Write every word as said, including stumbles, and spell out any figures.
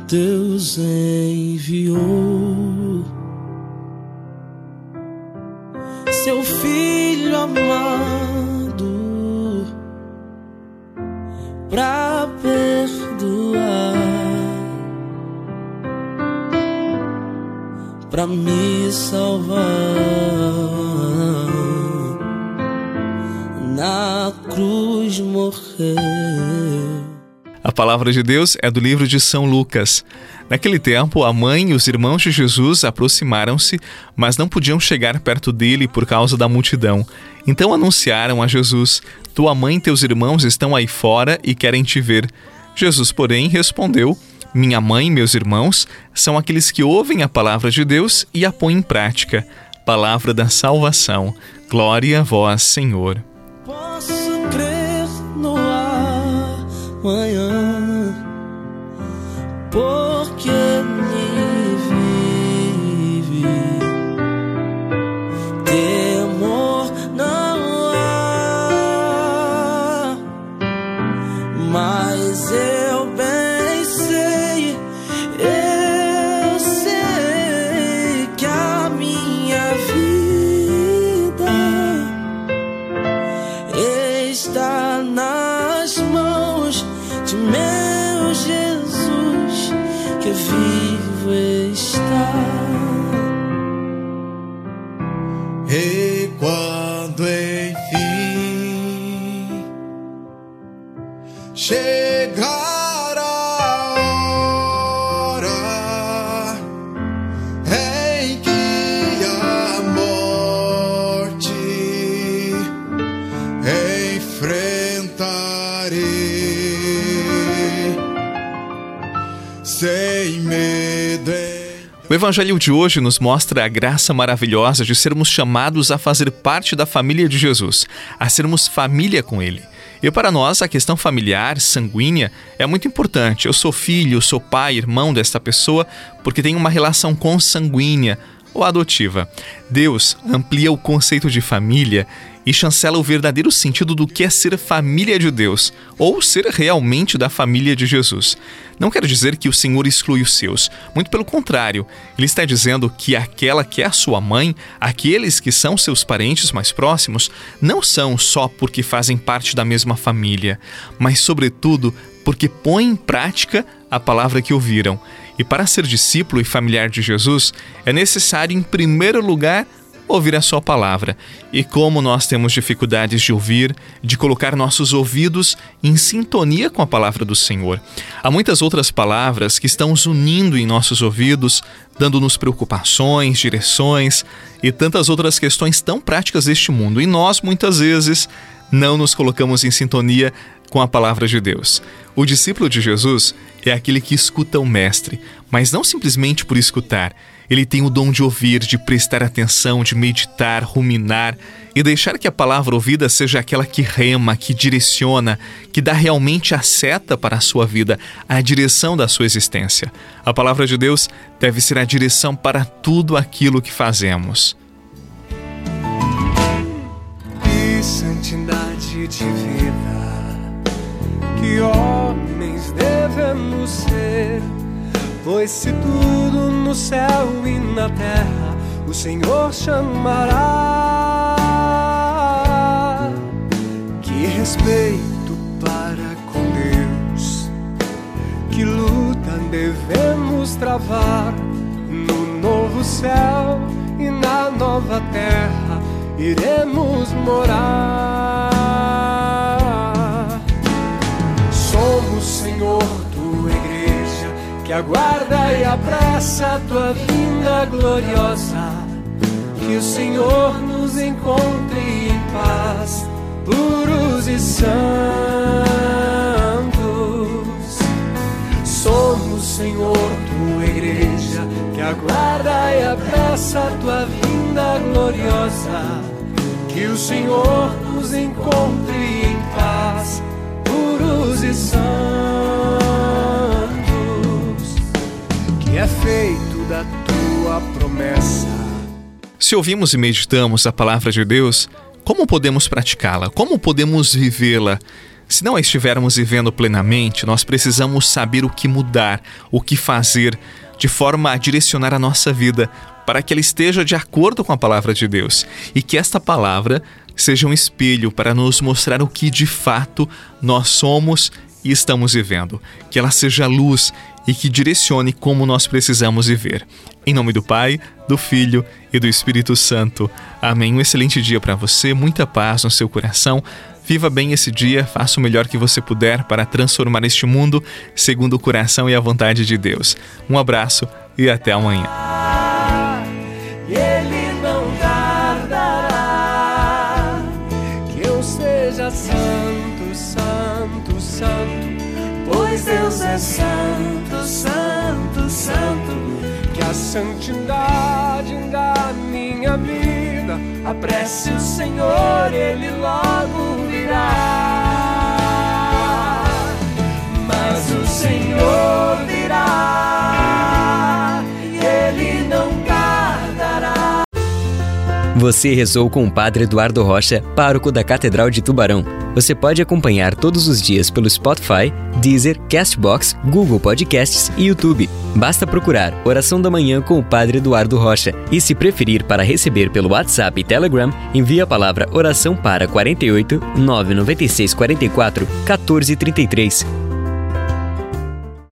Deus enviou seu Filho amado pra perdoar, pra me salvar. Na cruz morreu. A palavra de Deus é do livro de São Lucas. Naquele tempo, a mãe e os irmãos de Jesus aproximaram-se, mas não podiam chegar perto dele por causa da multidão. Então anunciaram a Jesus: tua mãe e teus irmãos estão aí fora e querem te ver. Jesus, porém, respondeu: minha mãe e meus irmãos são aqueles que ouvem a palavra de Deus e a põem em prática. Palavra da salvação. Glória a vós, Senhor. Posso crer no amanhã, porque me vive. Temor não há, mas eu bem sei, eu sei que a minha vida está nas mãos de meu Jesus, que vivo está. E quando enfim chegar a hora em que a morte enfrentarei sem medo. O Evangelho de hoje nos mostra a graça maravilhosa de sermos chamados a fazer parte da família de Jesus, a sermos família com Ele. E para nós, a questão familiar, sanguínea, é muito importante. Eu sou filho, sou pai, irmão desta pessoa, porque tenho uma relação consanguínea ou adotiva. Deus amplia o conceito de família e chancela o verdadeiro sentido do que é ser família de Deus, ou ser realmente da família de Jesus. Não quero dizer que o Senhor exclui os seus, muito pelo contrário. Ele está dizendo que aquela que é a sua mãe, aqueles que são seus parentes mais próximos, não são só porque fazem parte da mesma família, mas sobretudo porque põem em prática a palavra que ouviram. E para ser discípulo e familiar de Jesus, é necessário, em primeiro lugar, ouvir a sua palavra. E como nós temos dificuldades de ouvir, de colocar nossos ouvidos em sintonia com a palavra do Senhor. Há muitas outras palavras que estão nos unindo em nossos ouvidos, dando-nos preocupações, direções e tantas outras questões tão práticas deste mundo. E nós, muitas vezes, não nos colocamos em sintonia com a palavra de Deus. O discípulo de Jesus é aquele que escuta o Mestre, mas não simplesmente por escutar. Ele tem o dom de ouvir, de prestar atenção, de meditar, ruminar e deixar que a palavra ouvida seja aquela que rema, que direciona, que dá realmente a seta para a sua vida, a direção da sua existência. A palavra de Deus deve ser a direção para tudo aquilo que fazemos. E santidade de vida, que homens devemos ser, pois se tudo no céu e na terra o Senhor chamará, que respeito para com Deus, que luta devemos travar no novo céu e na nova terra iremos morar. Somos, Senhor, tua igreja, que aguarda e apressa a tua vinda gloriosa. Que o Senhor nos encontre em paz, puros e santos. Somos, Senhor, tua igreja, que aguarda e apressa a tua vinda gloriosa. Que o Senhor nos encontre em paz, puros e santos, que é feito da tua promessa. Se ouvimos e meditamos a palavra de Deus, como podemos praticá-la? Como podemos vivê-la? Se não a estivermos vivendo plenamente, nós precisamos saber o que mudar, o que fazer, de forma a direcionar a nossa vida para que ela esteja de acordo com a palavra de Deus e que esta palavra seja um espelho para nos mostrar o que de fato nós somos e estamos vivendo. Que ela seja luz e que direcione como nós precisamos viver. Em nome do Pai, do Filho e do Espírito Santo. Amém. Um excelente dia para você, muita paz no seu coração. Viva bem esse dia, faça o melhor que você puder para transformar este mundo segundo o coração e a vontade de Deus. Um abraço e até amanhã. Ele não tardará, que eu seja santo, santo, santo, pois Deus é santo, santo, santo. Que a santidade da minha vida apresse o Senhor, Ele logo virá. Mas o Senhor virá, Ele não tardará. Você rezou com o Padre Eduardo Rocha, pároco da Catedral de Tubarão. Você pode acompanhar todos os dias pelo Spotify, Deezer, Castbox, Google Podcasts e YouTube. Basta procurar Oração da Manhã com o Padre Eduardo Rocha. E se preferir para receber pelo WhatsApp e Telegram, envie a palavra oração para quarenta e oito, nove nove seis, quarenta e quatro, quatorze, trinta e três.